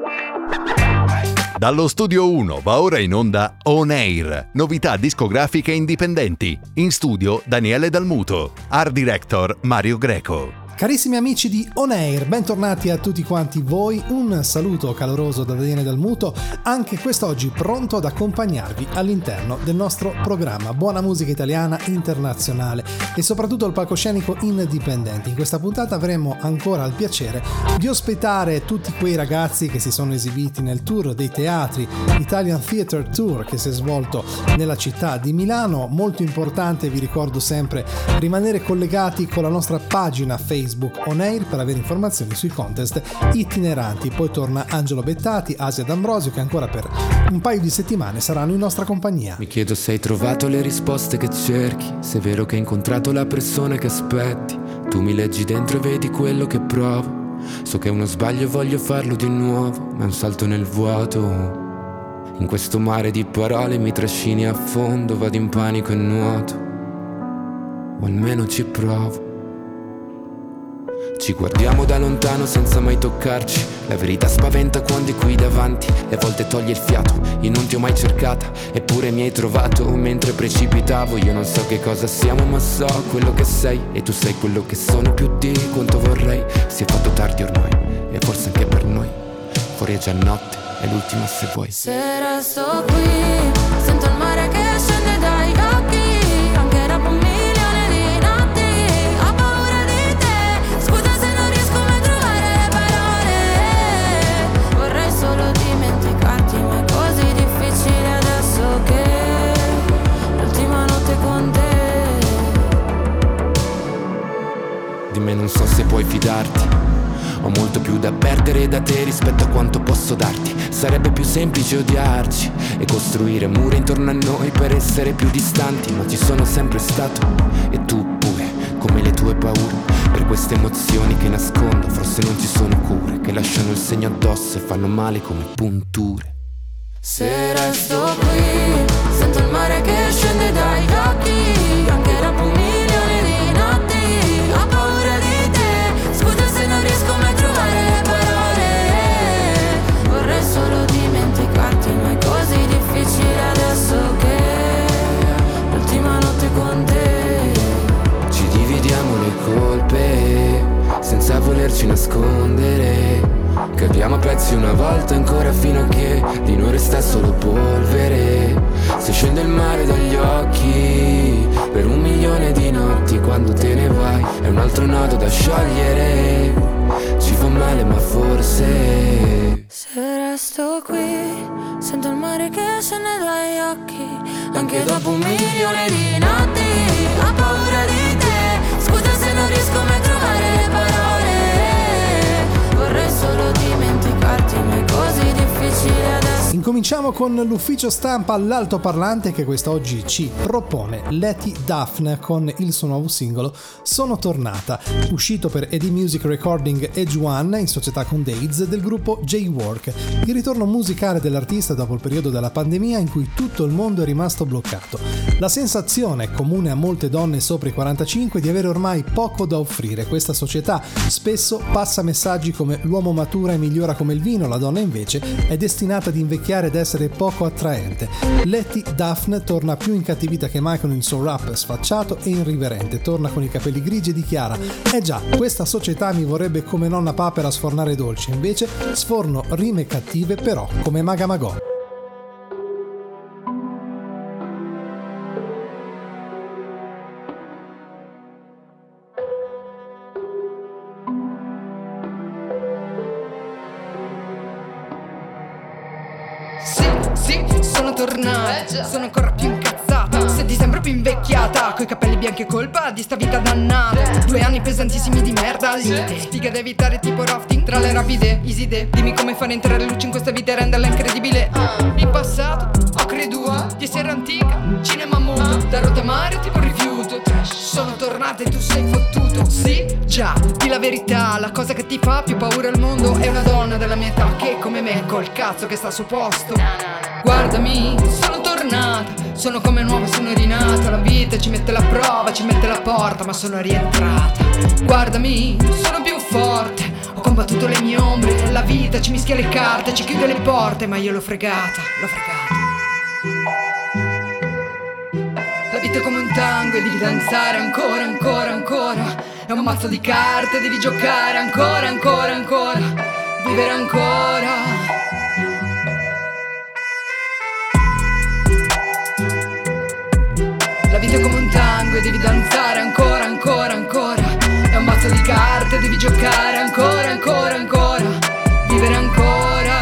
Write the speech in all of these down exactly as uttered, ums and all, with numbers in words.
Dallo Studio uno va ora in onda On Air, novità discografiche indipendenti. In studio Daniele Dalmuto, Art Director Mario Greco. Carissimi amici di On Air, bentornati a tutti quanti voi, un saluto caloroso da Daniele Dalmuto, anche quest'oggi pronto ad accompagnarvi all'interno del nostro programma Buona musica italiana internazionale e soprattutto il palcoscenico indipendenti. In questa puntata avremo ancora il piacere di ospitare tutti quei ragazzi che si sono esibiti nel tour dei teatri Italian Theatre Tour che si è svolto nella città di Milano. Molto importante, vi ricordo sempre, rimanere collegati con la nostra pagina Facebook On Air per avere informazioni sui contest itineranti. Poi torna Angelo Bettati, Asia D'Ambrosio, che ancora per un paio di settimane saranno in nostra compagnia. Mi chiedo se hai trovato le risposte che cerchi, se è vero che hai incontrato la persona che aspetti. Tu mi leggi dentro e vedi quello che provo. So che è uno sbaglio e voglio farlo di nuovo, ma è un salto nel vuoto. In questo mare di parole mi trascini a fondo, vado in panico e nuoto, o almeno ci provo. Ci guardiamo da lontano senza mai toccarci. La verità spaventa quando è qui davanti e a volte toglie il fiato. Io non ti ho mai cercata, eppure mi hai trovato mentre precipitavo. Io non so che cosa siamo, ma so quello che sei, e tu sei quello che sono più di quanto vorrei. Si è fatto tardi ormai, e forse anche per noi. Fuori è già notte, è l'ultima se vuoi. Se resto qui, sento il mare che scende dai occhi, anche dopo un milione di notti. Ho paura di te, scusa se non riesco mai a trovare le parole. Vorrei solo dimenticarti, ma è così difficile adesso che l'ultima notte con te. Di me non so se puoi fidarti. Ho molto più da perdere da te rispetto a quanto posso darti. Sarebbe più semplice odiarci e costruire mura intorno a noi per essere più distanti, ma ci sono sempre stato, e tu pure, come le tue paure. Per queste emozioni che nascondo forse non ci sono cure, che lasciano il segno addosso e fanno male come punture. Se resto qui, sento il mare che scende dai occhi, anche dopo un milione di notti. Ho paura di te, scusa se non riesco mai a trovare le parole. Vorrei solo dimenticarti, ma è così difficile adesso che l'ultima notte con te. Ci dividiamo le colpe senza volerci nascondere. Cadiamo a pezzi una volta ancora fino a che di noi resta solo polvere. Se scende il mare dagli occhi per un milione di notti, quando te ne vai è un altro nodo da sciogliere. Ci fa male ma forse se resto qui, sento il mare che scende dagli occhi, anche dopo un milione di notti. Ho paura di te, scusa se non riesco mai a trovare le parole. Vorrei solo dimenticarti, ma è così difficile adesso. Incominciamo con l'ufficio stampa all'altoparlante che quest'oggi ci propone Letty Duffne con il suo nuovo singolo Sono tornata, uscito per Eddie Music Recording Edge One in società con Dades del gruppo J-Work. Il ritorno musicale dell'artista dopo il periodo della pandemia in cui tutto il mondo è rimasto bloccato. La sensazione, comune a molte donne sopra i quarantacinque, di avere ormai poco da offrire. Questa società spesso passa messaggi come l'uomo matura e migliora come il vino, la donna invece è destinata ad invecchiare ed essere poco attraente. Letty Duffne torna più incattivita che mai con il suo rap sfacciato e irriverente. Torna con i capelli grigi e dichiara: eh già, questa società mi vorrebbe come nonna papera sfornare dolci, invece sforno rime cattive però come Maga Magò. Sono tornata, sono ancora più incazzata. Se ti sembra più invecchiata, coi capelli bianchi e colpa di sta vita dannata. Due anni pesantissimi di merda, lite. Sfiga da evitare tipo rafting tra le rapide, easy day. Dimmi come fare entrare luce in questa vita e renderla incredibile. In passato ho creduto di essere antica, cinema muto, da rottamare tipo rifiuto. Sono tornata e tu sei fottuto. Sì, già, di la verità, la cosa che ti fa più paura al mondo è una donna della mia età che come me col cazzo che sta a suo posto. Guardami, sono tornata, sono come nuova, sono rinata. La vita ci mette la prova, ci mette la porta, ma sono rientrata. Guardami, sono più forte, ho combattuto le mie ombre, la vita ci mischia le carte, ci chiude le porte, ma io l'ho fregata, l'ho fregata. La vita è come un tango e devi danzare ancora, ancora, ancora. È un mazzo di carte, devi giocare ancora, ancora, ancora. Vivere ancora. La vita è come un tango e devi danzare ancora, ancora, ancora. È un mazzo di carte, devi giocare ancora, ancora, ancora. Vivere ancora.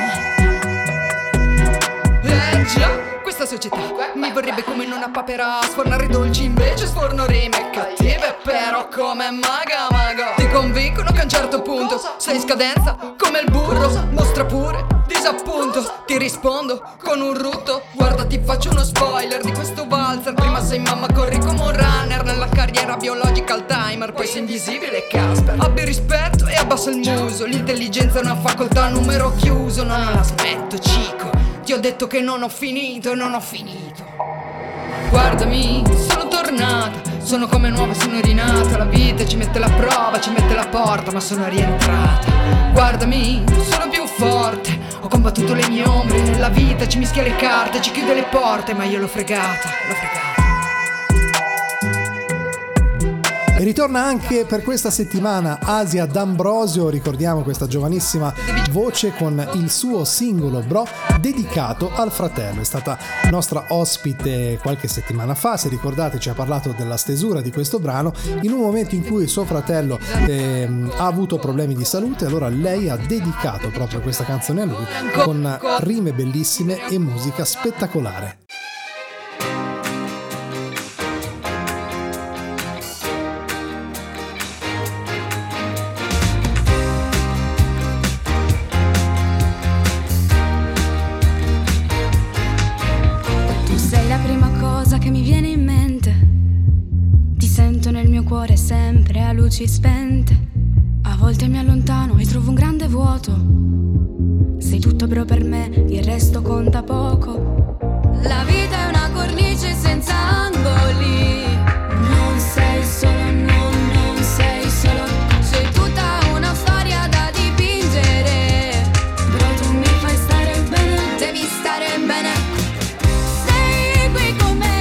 Eh già, questa società mi vorrebbe come in una papera sfornare dolci, invece sforno rime cattive, però come maga maga. Ti convincono che a un certo punto sei in scadenza come il burro, mostra pure disappunto. Ti rispondo con un rutto, guarda ti faccio uno spoiler di questo valzer. Prima sei mamma, corri come un runner nella carriera biologica al timer, poi sei invisibile Casper. Abbi rispetto e abbassa il muso, l'intelligenza è una facoltà a numero chiuso. No, non la smetto cico, ti ho detto che non ho finito e non ho finito. Guardami, sono tornata, sono come nuova, sono rinata. La vita ci mette la prova, ci mette la porta, ma sono rientrata. Guardami, sono più forte, ho combattuto le mie ombre, la vita ci mischia le carte, ci chiude le porte, ma io l'ho fregata, l'ho fregata. E ritorna anche per questa settimana Asia D'Ambrosio, ricordiamo questa giovanissima voce con il suo singolo Bro dedicato al fratello. È stata nostra ospite qualche settimana fa, se ricordate ci ha parlato della stesura di questo brano in un momento in cui suo fratello eh, ha avuto problemi di salute, allora lei ha dedicato proprio questa canzone a lui con rime bellissime e musica spettacolare. Sempre a luci spente, a volte mi allontano e trovo un grande vuoto. Sei tutto però per me, il resto conta poco. La vita è una cornice senza angoli. Non sei solo, no, non sei solo. Sei tutta una storia da dipingere. Però tu mi fai stare bene, devi stare bene. Sei qui con me.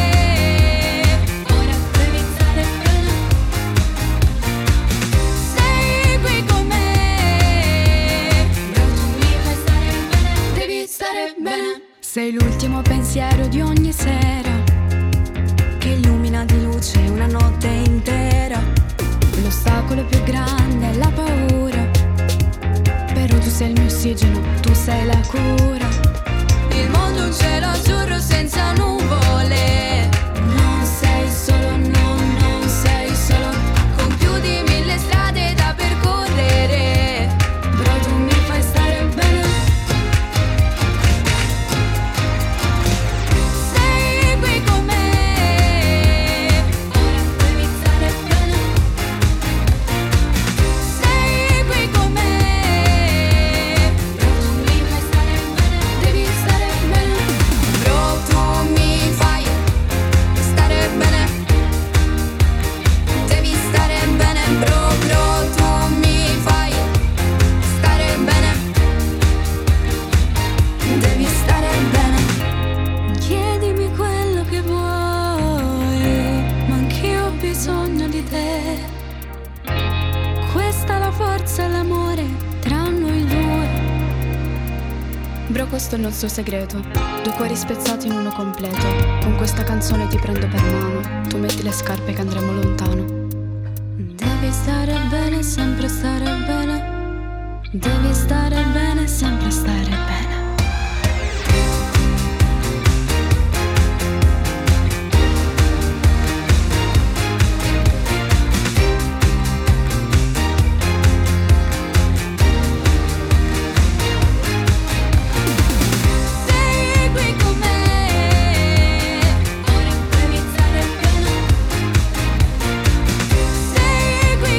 Sei l'ultimo pensiero di ogni sera che illumina di luce una notte intera. L'ostacolo più grande è la paura, però tu sei il mio ossigeno, tu sei la cura. Il mondo è un cielo azzurro senza nuvole. Non sei solo, no, non sei solo. Con più di mille strade da percorrere, però tu mi fai stare bene. Questo è il nostro segreto, due cuori spezzati in uno completo. Con questa canzone ti prendo per mano, tu metti le scarpe che andremo lontano. Devi stare bene, sempre stare bene. Devi stare bene, sempre stare bene.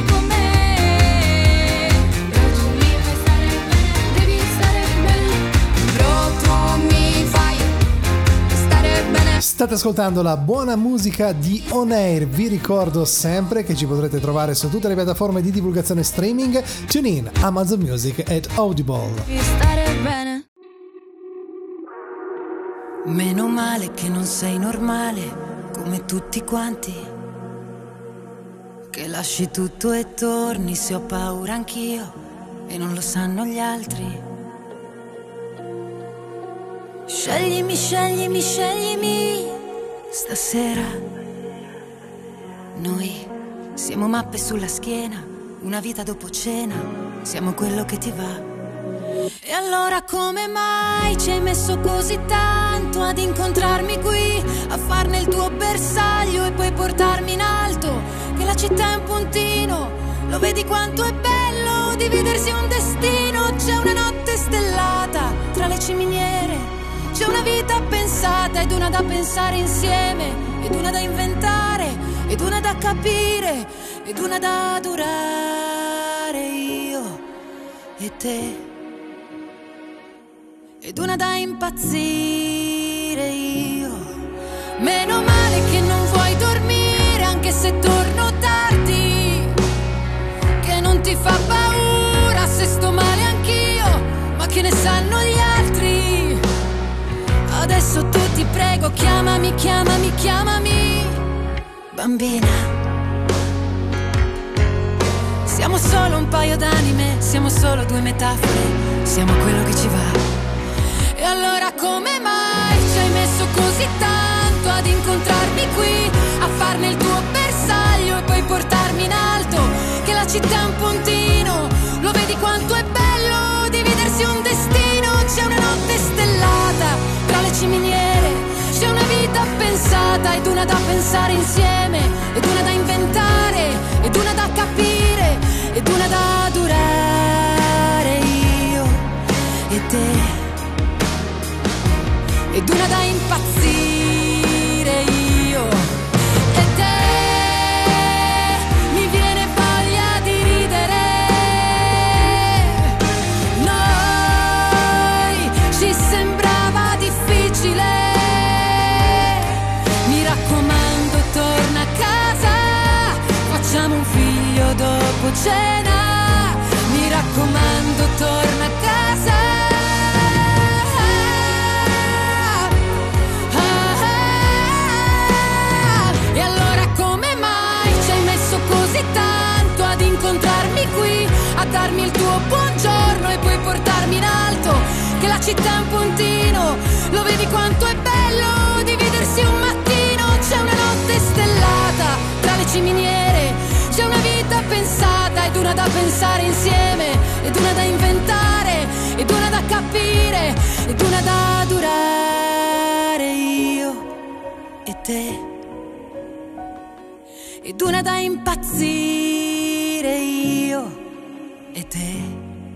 Devi stare bene. State ascoltando la buona musica di On Air. Vi ricordo sempre che ci potrete trovare su tutte le piattaforme di divulgazione streaming, TuneIn, Amazon Music ed Audible. Stare bene. Meno male che non sei normale come tutti quanti, che lasci tutto e torni se ho paura anch'io e non lo sanno gli altri. Sceglimi, sceglimi, sceglimi stasera. Noi siamo mappe sulla schiena, una vita dopo cena, siamo quello che ti va. E allora come mai ci hai messo così tanto ad incontrarmi qui, a farne il tuo bersaglio e poi portarmi in alto? Che la città è un puntino, lo vedi quanto è bello dividersi un destino. C'è una notte stellata tra le ciminiere, c'è una vita pensata ed una da pensare insieme, ed una da inventare, ed una da capire, ed una da durare, io e te, ed una da impazzire, io. Meno male che non vuoi dormire anche se torno tardi, che non ti fa paura se sto male anch'io, ma che ne sanno gli altri. Adesso tu ti prego, chiamami, chiamami, chiamami bambina. Siamo solo un paio d'anime, siamo solo due metafore, siamo quello che ci va. E allora come mai ci hai messo così tanto ad incontrarmi qui, a farne il tuo bersaglio e poi portarmi in alto? Che la città è un puntino, lo vedi quanto è bello dividersi un destino. C'è una notte stellata tra le ciminiere, c'è una vita pensata ed una da pensare insieme, ed una da inventare, ed una da capire, ed una da durare, io e te, ed una da impazzire, io e te. Mi viene voglia di ridere, noi ci sembrava difficile. Mi raccomando, torna a casa, facciamo un figlio dopo cena. Mi raccomando, torna a casa. E allora come mai ci hai messo così tanto ad incontrarmi qui, a darmi il tuo buongiorno e poi portarmi in alto? Che la città è un puntino, lo vedi quanto è bello dividersi un mattino. C'è una notte stellata tra le ciminiere, c'è una vita pensata ed una da pensare insieme, ed una da inventare, ed una da capire, ed una da durare, io e te, ed una da impazzire, io e te.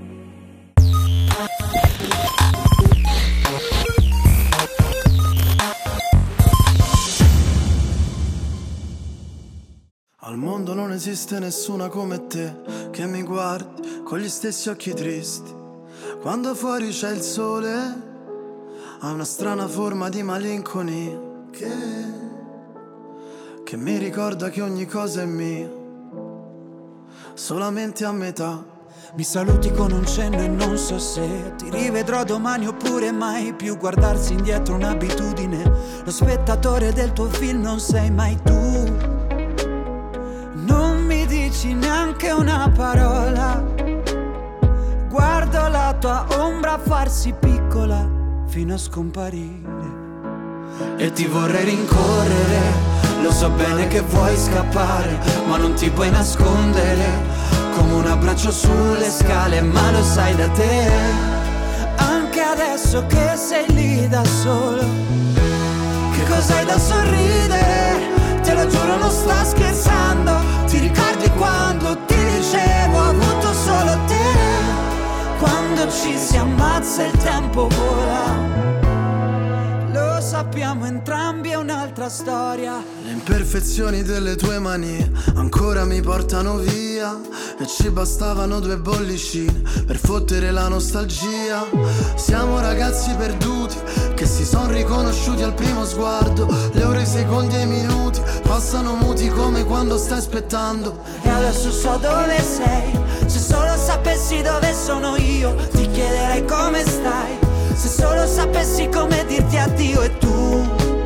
Al mondo non esiste nessuna come te, che mi guardi con gli stessi occhi tristi. Quando fuori c'è il sole, ha una strana forma di malinconia che, che mi ricorda che ogni cosa è mia, solamente a metà. Mi saluti con un cenno e non so se ti rivedrò domani oppure mai più. Guardarsi indietro un'abitudine, lo spettatore del tuo film non sei mai tu. Non mi dici neanche una parola, guardo la tua ombra farsi piccola fino a scomparire. E ti vorrei rincorrere, lo so bene che vuoi scappare, ma non ti puoi nascondere, come un abbraccio sulle scale, ma lo sai da te. Anche adesso che sei lì da solo, che cos'hai da sorridere? Te lo giuro non sto scherzando. Ti ricordi quando ti dicevo ho avuto solo te? Quando ci si ammazza il tempo vola, lo sappiamo entrambi è un'altra storia. Le imperfezioni delle tue mani ancora mi portano via, e ci bastavano due bollicine per fottere la nostalgia. Siamo ragazzi perduti che si son riconosciuti al primo sguardo. Le ore, i secondi e i minuti passano muti come quando stai aspettando. E adesso so dove sei, se solo sapessi dove sono io ti chiederei come stai. Se solo sapessi come dirti addio e tu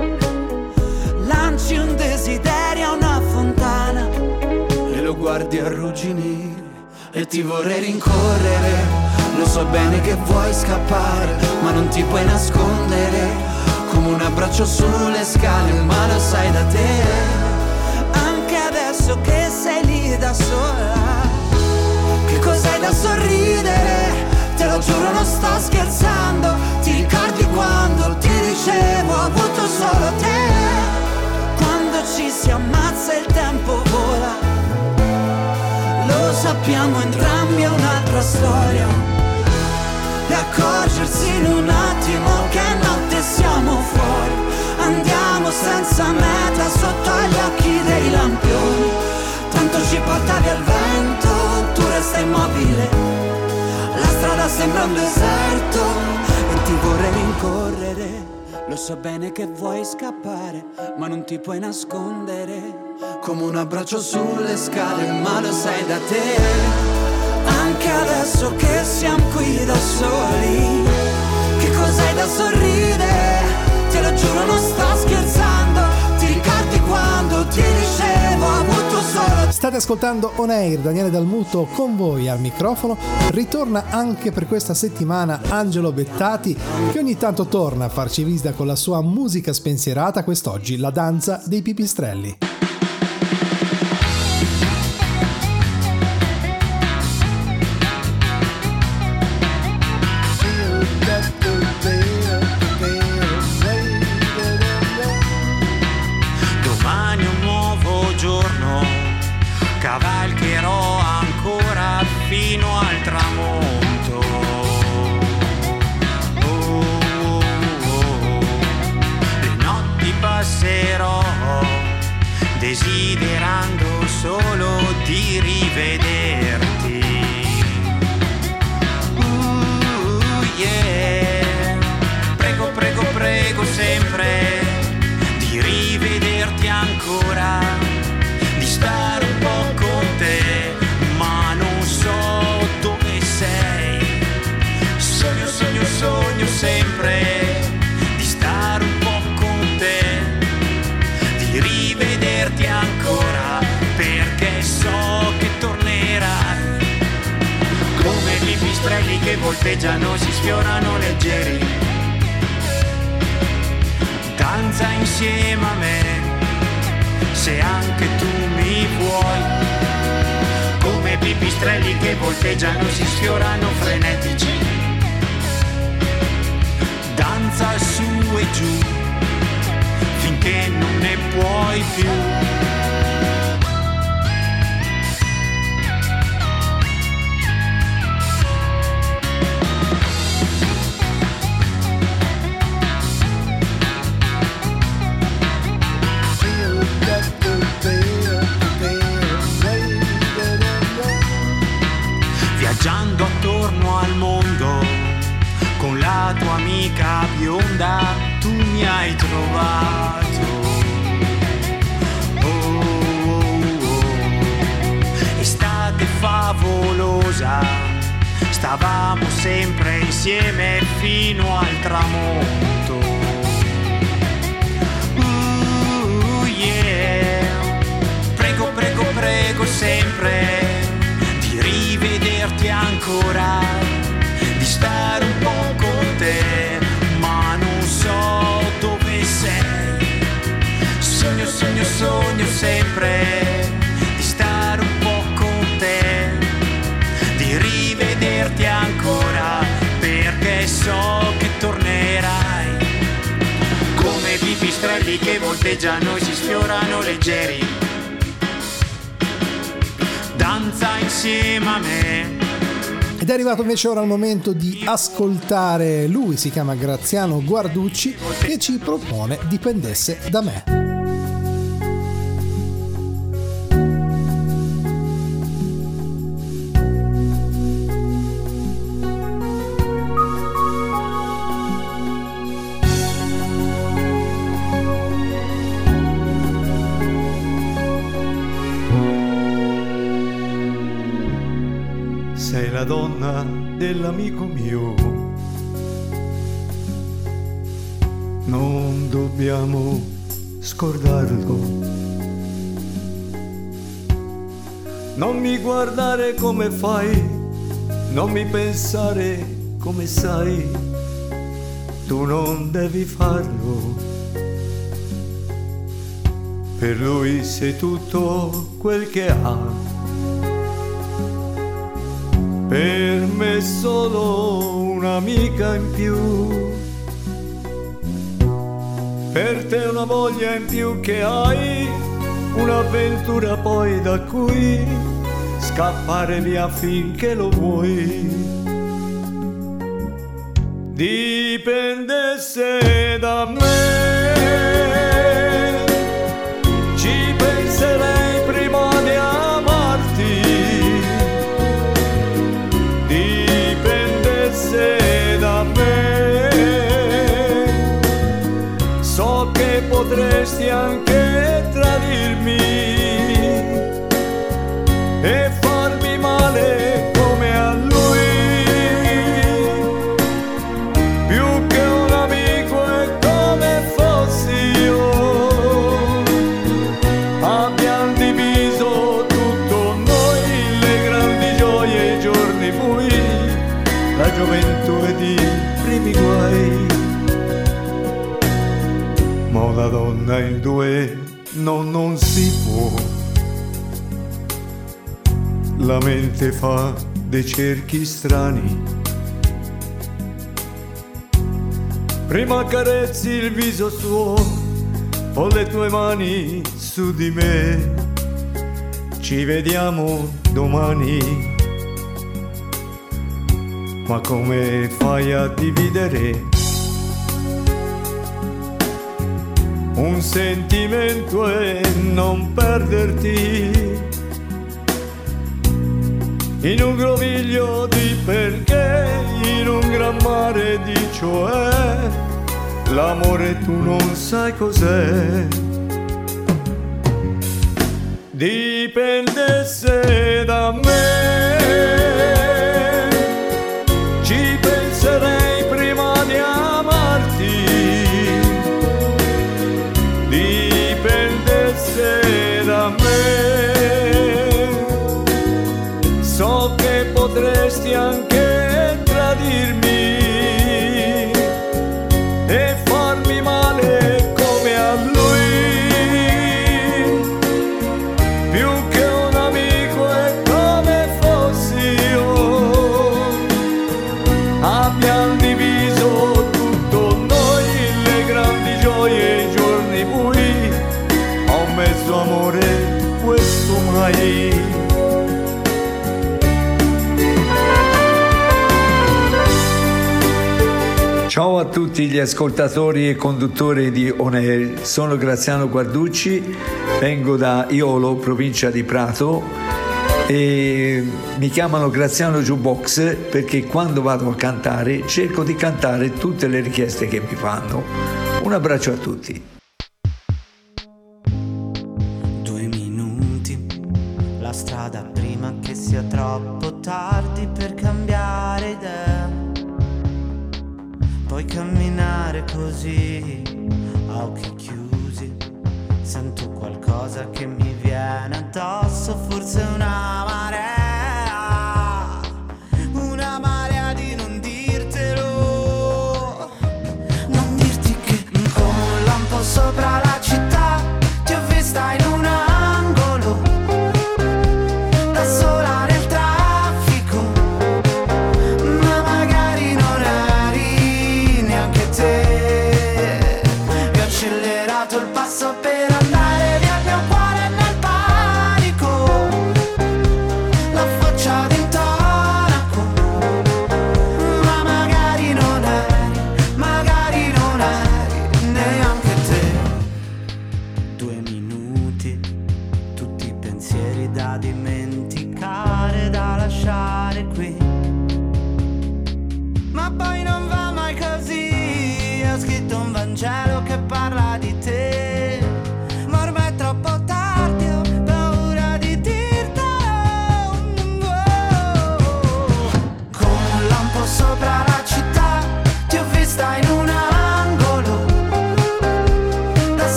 lanci un desiderio a una fontana e lo guardi arrugginire e ti vorrei rincorrere. Lo so bene che vuoi scappare ma non ti puoi nascondere, come un abbraccio sulle scale, ma lo sai da te. Anche adesso che sei lì da sola, che cos'hai da sorridere? Te lo giuro non sto scherzando. Ti ricordi quando ti dicevo ho avuto solo te? Quando ci si ammazza il tempo vola, lo sappiamo entrambi è un'altra storia. E accorgersi in un attimo che notte siamo fuori, andiamo senza meta sotto agli occhi dei lampioni. Tanto ci porta via il vento, tu resta immobile, la strada sembra un deserto e ti vorrei rincorrere. Lo so bene che vuoi scappare ma non ti puoi nascondere, come un abbraccio sulle scale, ma lo sai da te. Anche adesso che siamo qui da soli, che cos'hai da sorridere? Te lo giuro non sto scherzando. Ti ricordi quando ti dicevo ho avuto solo. State ascoltando On Air, Daniele Dal Muto con voi al microfono. Ritorna anche per questa settimana Angelo Bettati, che ogni tanto torna a farci visita con la sua musica spensierata, quest'oggi la danza dei pipistrelli. Cavalcherò ancora fino al tramonto. Oh, oh, oh. Le notti passerò desiderando solo di rivederti. Uh, yeah. Prego, prego, prego sempre di rivederti ancora, di stare un po' con te, ma non so dove sei. Sogno, sogno, sogno sempre di stare un po' con te, di rivederti ancora, perché so che tornerai. Come pipistrelli che volteggiano, si sfiorano leggeri, danza insieme a me, se anche tu mi vuoi. Come pipistrelli che volteggiano, si sfiorano frenetici, danza su e giù finché non ne puoi più. Viaggiando attorno al mondo con la tua amica bionda, tu mi hai trovato. Oh, oh, oh. Estate favolosa, stavamo sempre insieme fino al tramonto. Uh, yeah. Prego, prego, prego sempre di rivederti ancora, di stare un po' con te, ma non so dove sei. Sogno, sogno, sogno sempre di stare un po' con te, di rivederti ancora, perché so che tornerai. Come pipistrelli che volteggiano e si sfiorano leggeri, danza insieme a me. Ed è arrivato invece ora il momento di ascoltare lui, si chiama Graziano Guarducci, che ci propone Dipendesse da me. Sei la donna dell'amico mio, non dobbiamo scordarlo. Non mi guardare come fai, non mi pensare come sai, tu non devi farlo. Per lui sei tutto quel che ha, per me solo un'amica in più, per te una voglia in più che hai, un'avventura poi da cui scappare via finché lo vuoi. Dipendesse da me, ci penserei prima di amarti. Da me, so che potresti anche tradirmi e farmi male come a lui, più che un amico è come fossi io. Abbiamo diviso tutto noi, le grandi gioie e i giorni bui, la gioventù ed i primi guai. Ma una donna in due no, non si può, la mente fa dei cerchi strani. Prima carezzi il viso suo con le tue mani su di me, ci vediamo domani. Ma come fai a dividere un sentimento e non perderti in un groviglio di perché, in un gran mare di cioè, l'amore tu non sai cos'è. Dipendesse da me, ci penserei prima di amarti. Dipendesse da me, so che potresti anche tradirmi e farmi male come a lui, più che un amico è come fossi io. Abbiamo diviso tutto noi, le grandi gioie e i giorni bui, ho mezzo amore questo mai. Ciao a tutti gli ascoltatori e conduttori di On Air, sono Graziano Guarducci, vengo da Iolo, provincia di Prato, e mi chiamano Graziano Jukebox perché quando vado a cantare cerco di cantare tutte le richieste che mi fanno. Un abbraccio a tutti. Due minuti, la strada prima che sia troppo tardi per cambiare idea. Puoi camminare così, a occhi chiusi, sento qualcosa che mi viene addosso, forse una marea, una marea di non dirtelo, non dirti che come un lampo sopra la città ti ho vista in un angolo, da sola nel traffico, ma magari non eri neanche te, e ho accelerato il passo per andare via, il mio cuore nel panico,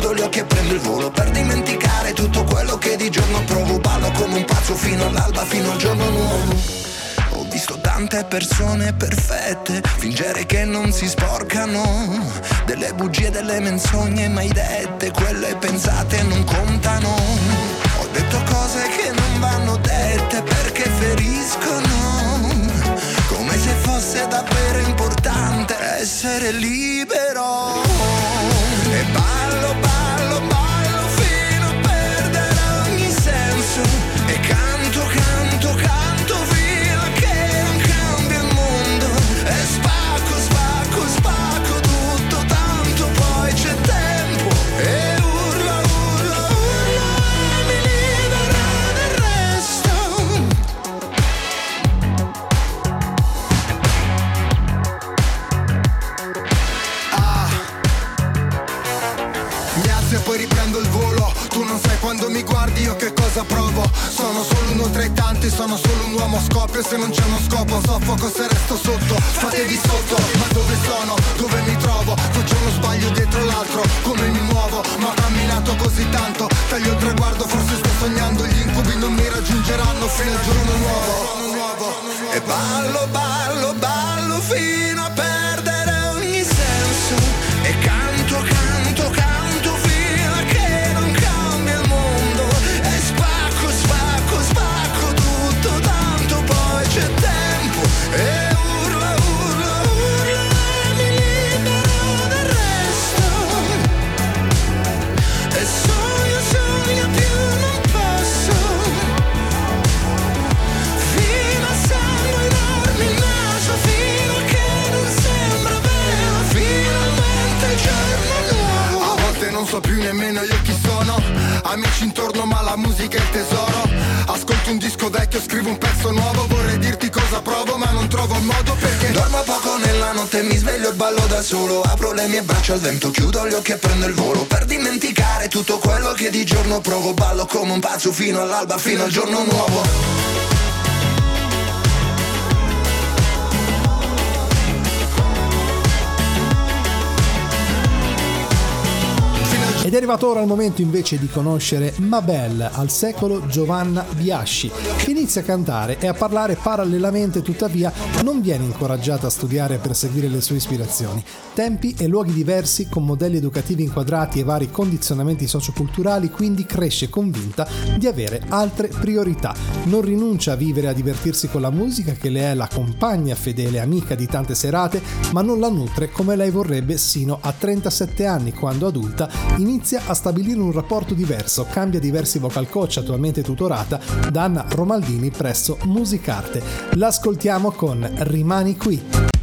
chiudo gli occhi e prendo il volo per dimenticare tutto quello che di giorno provo. Ballo come un pazzo fino all'alba, fino al giorno nuovo. Ho visto tante persone perfette fingere che non si sporcano, delle bugie, delle menzogne mai dette, quelle pensate non contano. Ho detto cose che non vanno dette perché feriscono, come se fosse davvero importante essere libero. E ballo, ballo, ballo fino a perdere ogni senso, e canto, canto, canto fino a che non cambia il mondo. E spacco, spacco, spacco tutto, tanto poi c'è tempo. E urlo, urlo, urlo e mi libero del resto. Ah, mi alzo e poi riprendo il volo. Tu non sai quando mi guardi io che cosa provo. Sono solo uno tra i tanti, sono solo un uomo a scoppio. Se non c'è uno scopo soffoco se resto sotto. Fatevi sotto, ma dove sono? Dove mi trovo? Faccio uno sbaglio dietro l'altro, come mi muovo? Ma ho camminato così tanto, taglio il traguardo, forse sto sognando. Gli incubi non mi raggiungeranno fino al giorno nuovo. E ballo, ballo, ballo fino a perdere ogni senso. E canto, canto, canto fino a che non cambia il mondo. E spacco, spacco, spacco tutto, tanto poi c'è tempo. E urlo, urlo, urlo e mi libero del resto. E sogno, sogno più non posso, fino a sanguinarmi il naso, fino a che non sembra vero, finalmente il giorno nuovo. A volte non so più nemmeno io chi sono, amici intorno ma la musica è il tesoro. Ascolto un disco vecchio, scrivo un pezzo nuovo, vorrei dirti cosa provo ma non trovo il modo perché dormo poco nella notte, mi sveglio e ballo da solo. Apro le mie braccia al vento, chiudo gli occhi e prendo il volo per dimenticare tutto quello che di giorno provo. Ballo come un pazzo fino all'alba, fino al giorno nuovo. Ed è arrivato ora il momento invece di conoscere Mabel, al secolo Giovanna Biasci, che inizia a cantare e a parlare parallelamente, tuttavia non viene incoraggiata a studiare per seguire le sue ispirazioni. Tempi e luoghi diversi, con modelli educativi inquadrati e vari condizionamenti socioculturali, quindi cresce convinta di avere altre priorità. Non rinuncia a vivere e a divertirsi con la musica, che le è la compagna fedele amica di tante serate, ma non la nutre come lei vorrebbe sino a trentasette anni, quando adulta inizia a stabilire un rapporto diverso, cambia diversi vocal coach, attualmente tutorata da Anna Romaldini presso Musicarte. L'ascoltiamo con Rimani qui.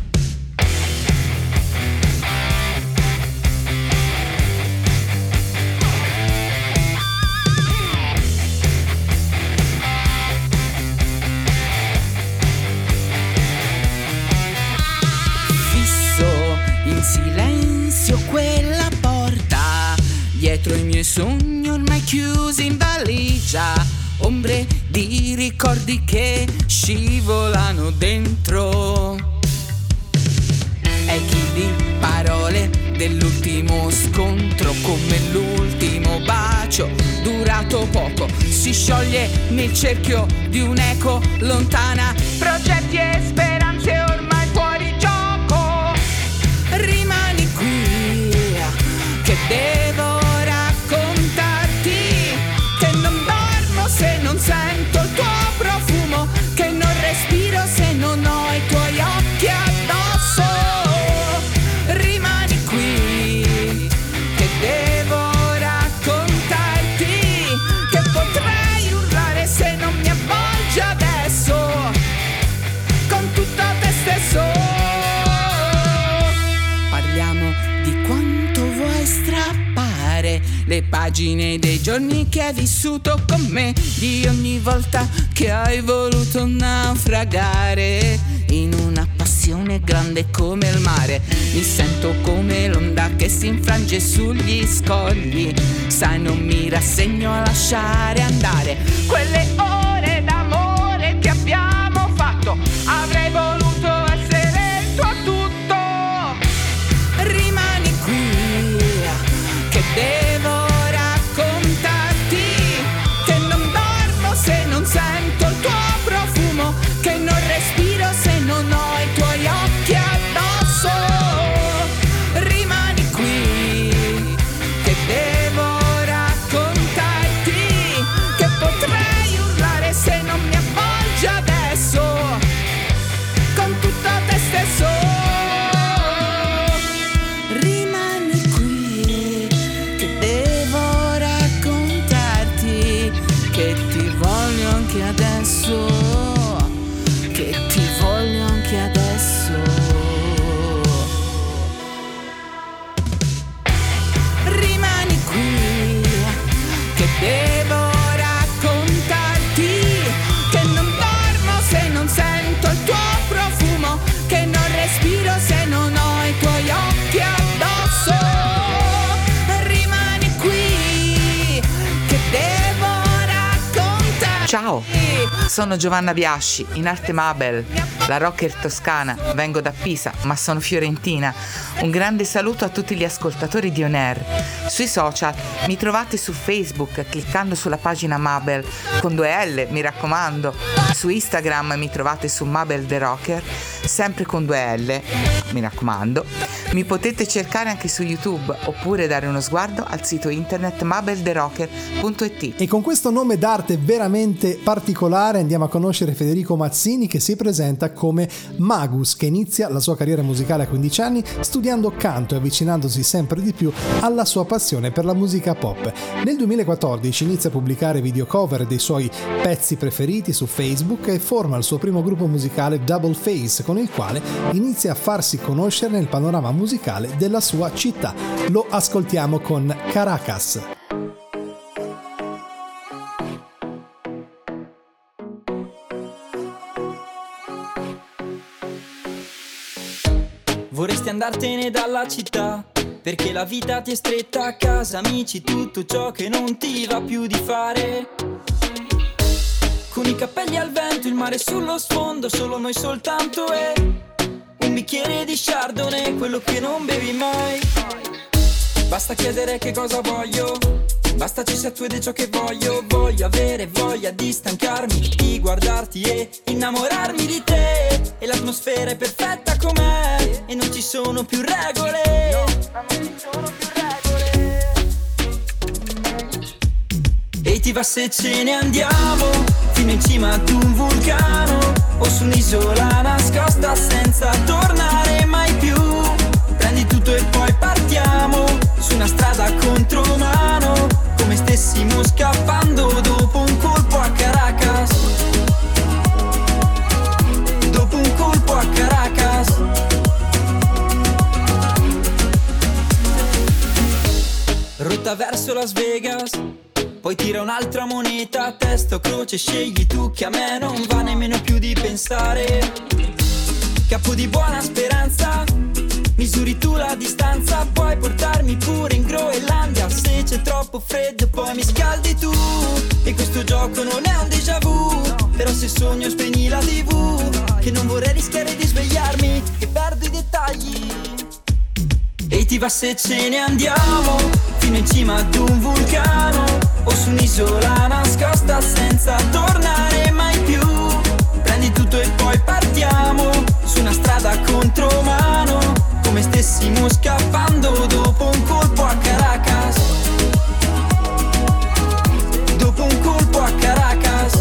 Fisso in silenzio quella porta, dietro i miei sogni ormai chiusi in valigia, ombre di ricordi che scivolano dentro. Echi di parole dell'ultimo scontro, come l'ultimo bacio durato poco, si scioglie nel cerchio di un'eco lontana, progetti e speranze ormai fuori gioco. Rimani qui, che devo se non sento il tuo profumo, che non respiro se non ho i tuoi occhi addosso. Rimani qui, che devo raccontarti, che potrei urlare se non mi avvolgi adesso con tutto te stesso. Parliamo di quanto vuoi strappare le pagine dei giorni che hai vissuto con me, di ogni volta che hai voluto naufragare in una passione grande come il mare. Mi sento come l'onda che si infrange sugli scogli, sai non mi rassegno a lasciare andare quelle ore d'amore che abbiamo fatto. Avrei voluto essere il tuo tutto. Rimani qui, che devo anche adesso, che ti voglio anche adesso. Rimani qui, che devo raccontarti, che non dormo se non sento il tuo profumo, che non respiro se non ho i tuoi occhi addosso. Rimani qui, che devo raccontarti. Ciao, sono Giovanna Biasci, in arte Mabel, la rocker toscana. Vengo da Pisa, ma sono fiorentina. Un grande saluto a tutti gli ascoltatori di On Air. Sui social mi trovate su Facebook cliccando sulla pagina Mabel con due L, mi raccomando. Su Instagram mi trovate su Mabel The Rocker, sempre con due L, mi raccomando. Mi potete cercare anche su YouTube oppure dare uno sguardo al sito internet mabel the rocker punto it. E con questo nome d'arte veramente particolare andiamo a conoscere Federico Mazzini, che si presenta come Magus, che inizia la sua carriera musicale a quindici anni studiando canto e avvicinandosi sempre di più alla sua passione per la musica pop. Nel duemilaquattordici inizia a pubblicare video cover dei suoi pezzi preferiti su Facebook e forma il suo primo gruppo musicale Double Face, con il quale inizia a farsi conoscere nel panorama musicale della sua città. Lo ascoltiamo con Caracas. Vorresti andartene dalla città, perché la vita ti è stretta a casa, amici, tutto ciò che non ti va più di fare. Con i capelli al vento, il mare sullo sfondo, solo noi soltanto e un bicchiere di Chardonnay, quello che non bevi mai. Basta chiedere che cosa voglio, basta ci sia tu ed è ciò che voglio. Voglio avere voglia di stancarmi, di guardarti e innamorarmi di te. E l'atmosfera è perfetta com'è e non ci sono più regole. E ti va se ce ne andiamo fino in cima ad un vulcano o su un'isola nascosta senza tornare mai più. Prendi tutto e poi partiamo su una strada a contromano, come stessimo scappando dopo un colpo a Caracas. Dopo un colpo a Caracas. Rotta verso Las Vegas, poi tira un'altra moneta, testa o croce, scegli tu, che a me non va nemmeno più di pensare. Capo di buona speranza, misuri tu la distanza, puoi portarmi pure in Groenlandia. Se c'è troppo freddo poi mi scaldi tu, e questo gioco non è un déjà vu. Però se sogno spegni la tivù, che non vorrei rischiare di svegliarmi e perdo i dettagli. E ti va se ce ne andiamo fino in cima ad un vulcano o su un'isola nascosta senza tornare mai più. Prendi tutto e poi partiamo su una strada a contromano, come stessimo scappando dopo un colpo a Caracas. Dopo un colpo a Caracas.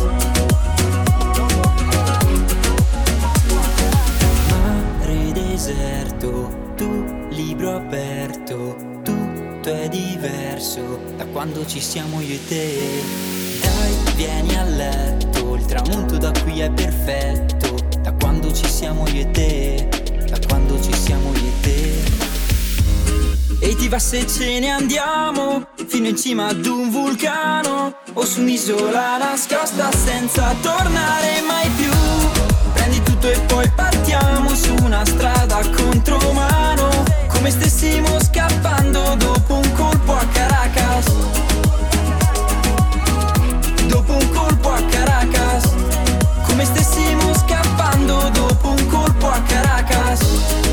Mare deserto, tu libro aperto, tutto è diverso da quando ci siamo io e te. Dai, vieni a letto, il tramonto da qui è perfetto, da quando ci siamo io e te, da quando ci siamo io e te. E ti va se ce ne andiamo fino in cima ad un vulcano o su un'isola nascosta senza tornare mai più. Prendi tutto e poi partiamo su una strada a contromano, come stessimo scappando dopo un colpo a Caracas. Dopo un colpo a Caracas, come stessimo scappando dopo un colpo a Caracas.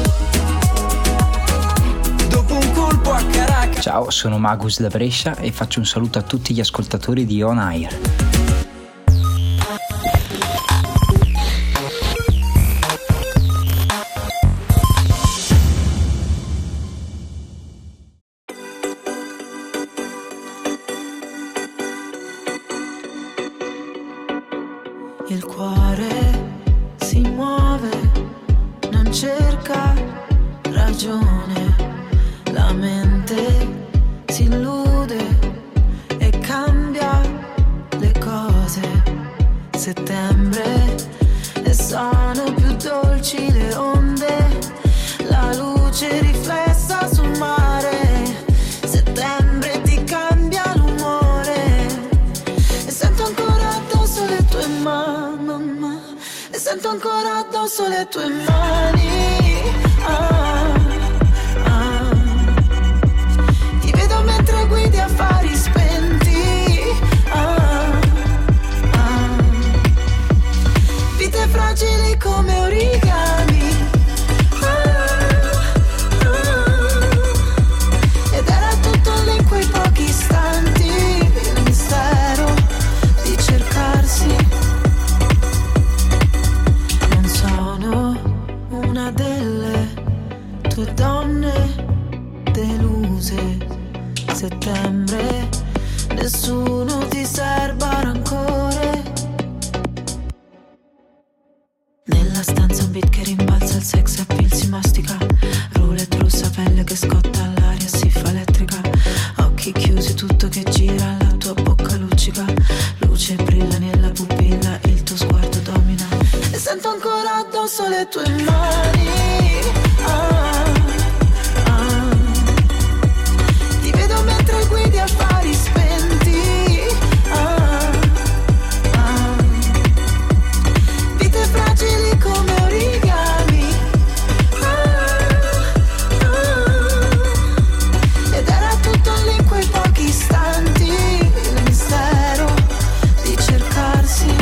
Dopo un colpo a Caracas. Ciao, sono Magus da Brescia e faccio un saluto a tutti gli ascoltatori di On Air. Il cuore si muove, non cerca ragione, la mente si illude e cambia le cose addosso le tue mani. Ah, ah. Ti vedo mentre guidi affari spenti. Ah, ah. Vite fragili come origami. Ah, ah. Ed era tutto lì in quei pochi istanti. Il mistero di cercarsi. Non sono una delle tue donne deluse. Settembre, nessuno ti serba rancore. Nella stanza un beat che rimbalza, il sex appeal si mastica. Roulette rossa, pelle che scotta, l'aria si fa elettrica. Occhi chiusi, tutto che gira, la tua bocca luccica. Luce brilla nella pupilla, il tuo sguardo domina. E sento ancora addosso le tue mani. Ah, ah. Ti vedo mentre guidi affari spenti. Ah, ah. Vite fragili come origami. Ah, ah. Ed era tutto lì in quei pochi istanti. Il mistero di cercarsi.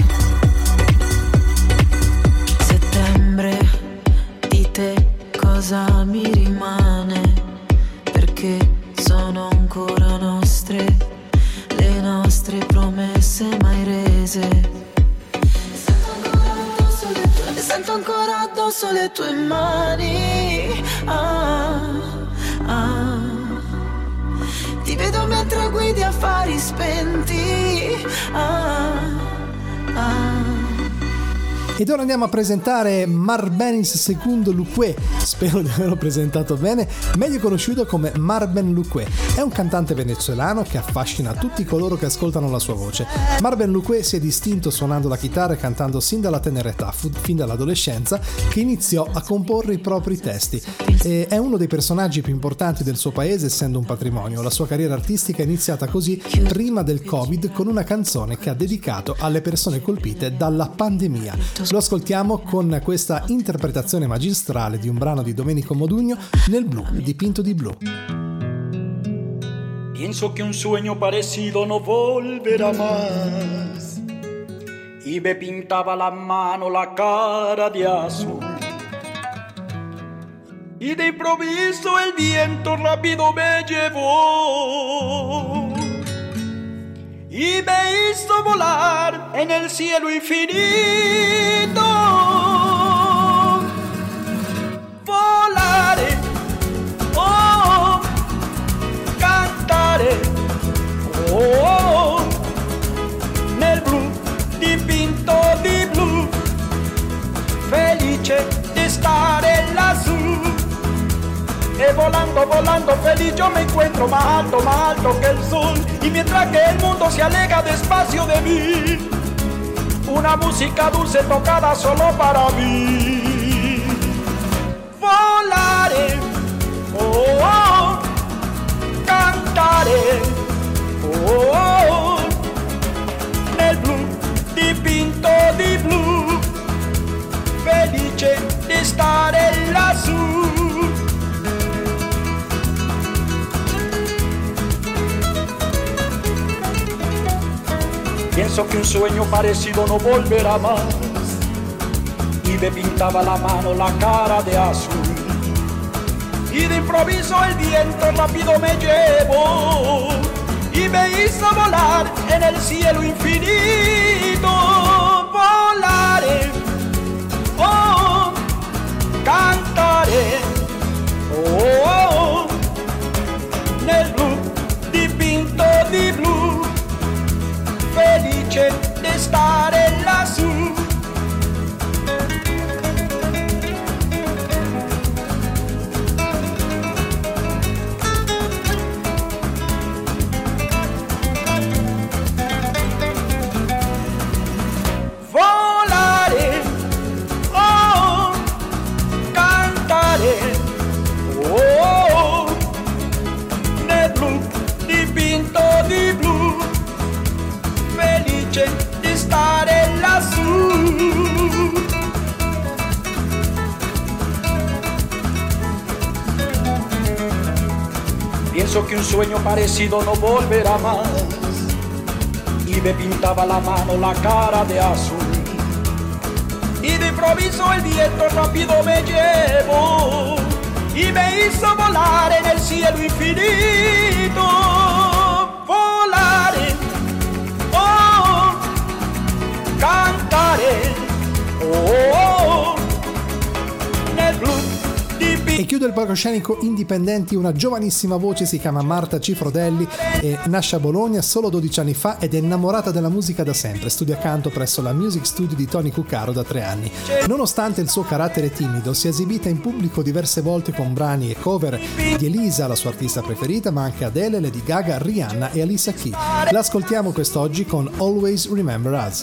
Settembre, di te cosa mi rimane? Perché sono ancora nostre le nostre promesse mai rese. E sento ancora addosso le tue mani. Ah, ah. Ti vedo mentre guidi affari spenti. Ah, ah. Ed ora andiamo a presentare Marbenis secondo Luque, spero di averlo presentato bene, meglio conosciuto come Marben Luque. È un cantante venezuelano che affascina tutti coloro che ascoltano la sua voce. Marben Luque si è distinto suonando la chitarra e cantando sin dalla tenera età, fin dall'adolescenza, che iniziò a comporre i propri testi. E è uno dei personaggi più importanti del suo paese, essendo un patrimonio. La sua carriera artistica è iniziata così prima del Covid con una canzone che ha dedicato alle persone colpite dalla pandemia. Lo ascoltiamo con questa interpretazione magistrale di un brano di Domenico Modugno, Nel blu, dipinto di blu. Pienso que un sueño parecido no volverá más. Y me pintaba la mano, la cara de azul. Y de improviso el viento rápido me llevó. Y me hizo volar en el cielo infinito. Volare, oh, cantare, oh, nel blu, dipinto di blu, felice di stare lassù. E volando, volando feliz yo me encuentro más alto, más alto que el sol. Y mientras que el mundo se aleja despacio de mí, una música dulce tocada solo para mí. Volare, oh, oh, cantare, oh, oh, nel blu, dipinto di blu, felice di stare lassù. Pienso que un sueño parecido no volverá más. Y me pintaba la mano, la cara de azul. Y de improviso el viento rápido me llevó. Y me hizo volar en el cielo infinito. Volare, oh, cantare, oh, oh, nel blu, dipinto di blu, felice di stare lassù. Volare, oh, cantare, oh, nel blu, dipinto di blu, felice di stare lassù. Pienso que un sueño parecido no volverá más. Y me pintaba la mano, la cara de azul. Y de improviso el viento rápido me llevó y me hizo volar en el cielo infinito. Volaré, oh, cantaré, oh, nel blu. E chiude il palcoscenico Indipendenti una giovanissima voce, si chiama Marta Cifrodelli e nasce a Bologna solo dodici anni fa ed è innamorata della musica da sempre. Studia canto presso la Music Studio di Tony Cuccaro da tre anni. Nonostante il suo carattere timido, si è esibita in pubblico diverse volte con brani e cover di Elisa, la sua artista preferita, ma anche Adele, Lady Gaga, Rihanna e Alicia Keys. L'ascoltiamo quest'oggi con Always Remember Us.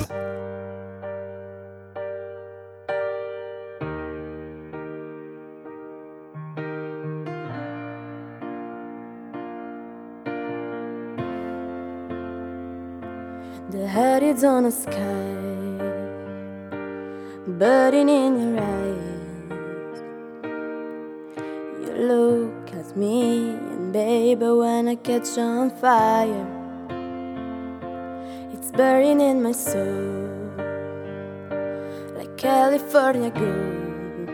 The head is on the sky, burning in your eyes. You look at me, and baby, when I catch on fire, it's burning in my soul, like California gold.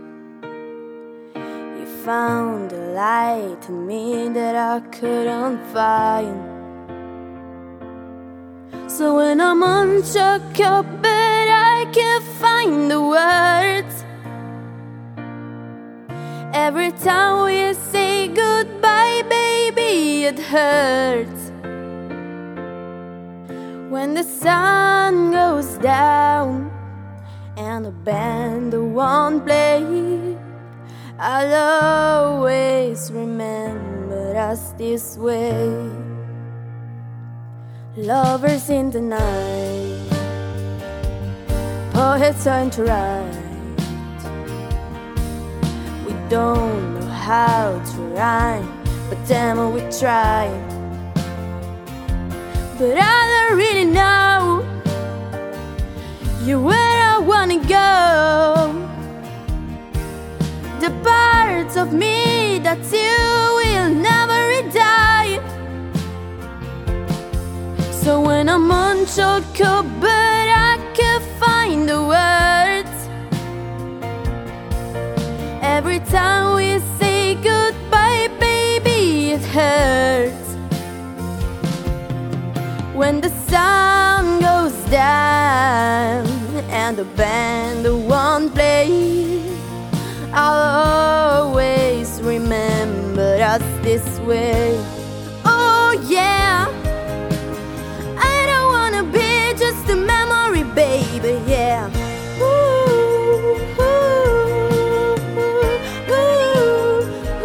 You found a light in me that I couldn't find. So when I'm on choco, but I can't find the words. Every time we say goodbye, baby, it hurts. When the sun goes down and the band won't play, I'll always remember us this way. Lovers in the night, poets on to write. We don't know how to rhyme, but damn we try. But I don't really know you where I wanna go. The parts of me that you will never die. So when I'm on choco, but I can't find the words. Every time we say goodbye, baby, it hurts. When the sun goes down and the band won't play, I'll always remember us this way. Oh yeah, be just a memory, baby, yeah. Ooh, ooh, ooh, ooh,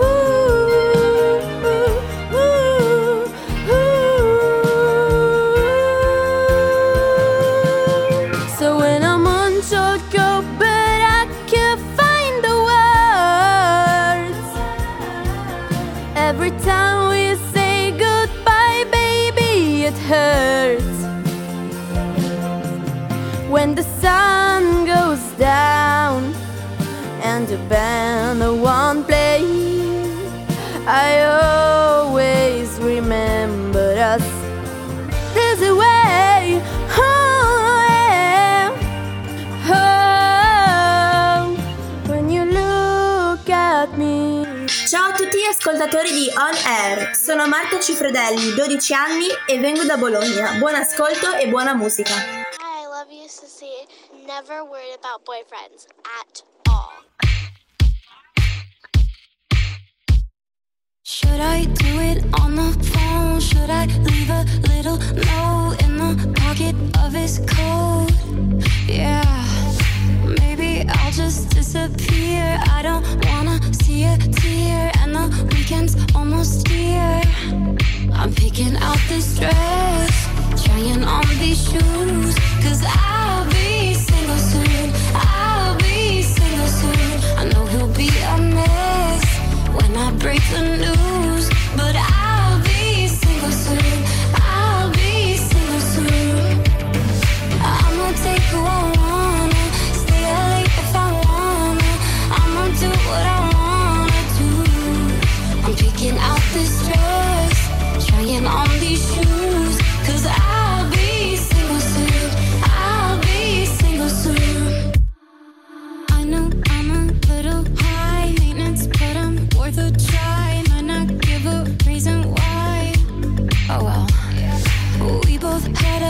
ooh, ooh. So when I'm on choco, but I can't find the words. Every time we say goodbye, baby, it hurts. When the sun goes down and the band won't play, I always remember us this way. Oh, yeah. Oh, when you look at me. Ciao a tutti gli ascoltatori di On Air, sono Marta Cifrodelli, dodici anni e vengo da Bologna. Buon ascolto e buona musica. Never worried about boyfriends at all. Should I do it on the phone? Should I leave a little note in the pocket of his coat? Yeah, maybe I'll just disappear. I don't wanna see a tear, and the weekend's almost here. I'm picking out this dress, trying on these shoes, 'cause I'll be single soon, I'll be single soon. I know he'll be a mess when I break the news, but I'll be single soon,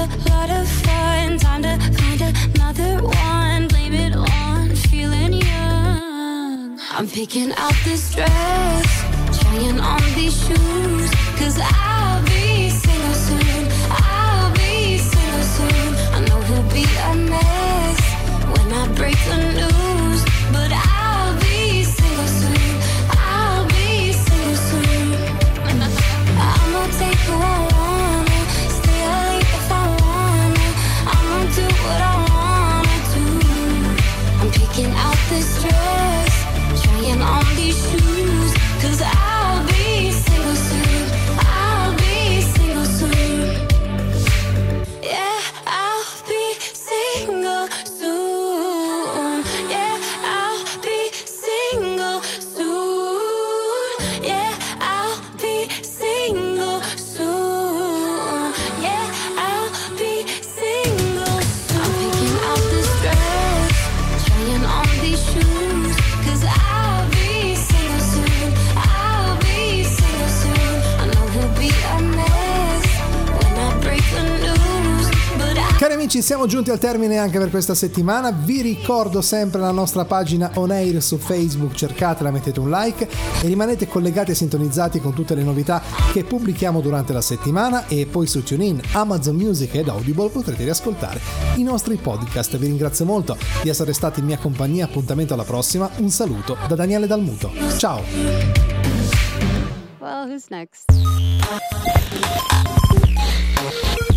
a lot of fun. Time to find another one. Blame it on feeling young. I'm picking out this dress, trying on these shoes, 'cause I'll be single soon. I'll be single soon. I know he'll be a mess when I break the news, but I'll be single soon. I'll be single soon. I'ma take who I wanna, stay late if I wanna. I'ma do what I wanna do. I'm picking out this dress, trying on these shoes, 'cause I'll be single soon. I'll be single soon. Yeah, I'll be single soon. Yeah, I'll be single soon. Yeah, I'll be single soon. Yeah, I'll be single soon. I'm picking out this dress, trying on these shoes, 'cause I'll be single soon. I'll be single soon. I know he'll be a mess when I break the news, but I Cari amici, siamo giunti al termine anche per questa settimana. Vi ricordo sempre la nostra pagina On Air su Facebook, cercatela, mettete un like e rimanete collegati e sintonizzati con tutte le novità che pubblichiamo durante la settimana, e poi su TuneIn, Amazon Music ed Audible potrete riascoltare i nostri podcast. Vi ringrazio molto di essere stati in mia compagnia, appuntamento alla prossima, un saluto da Daniele Dalmuto. Ciao! Well, who's next?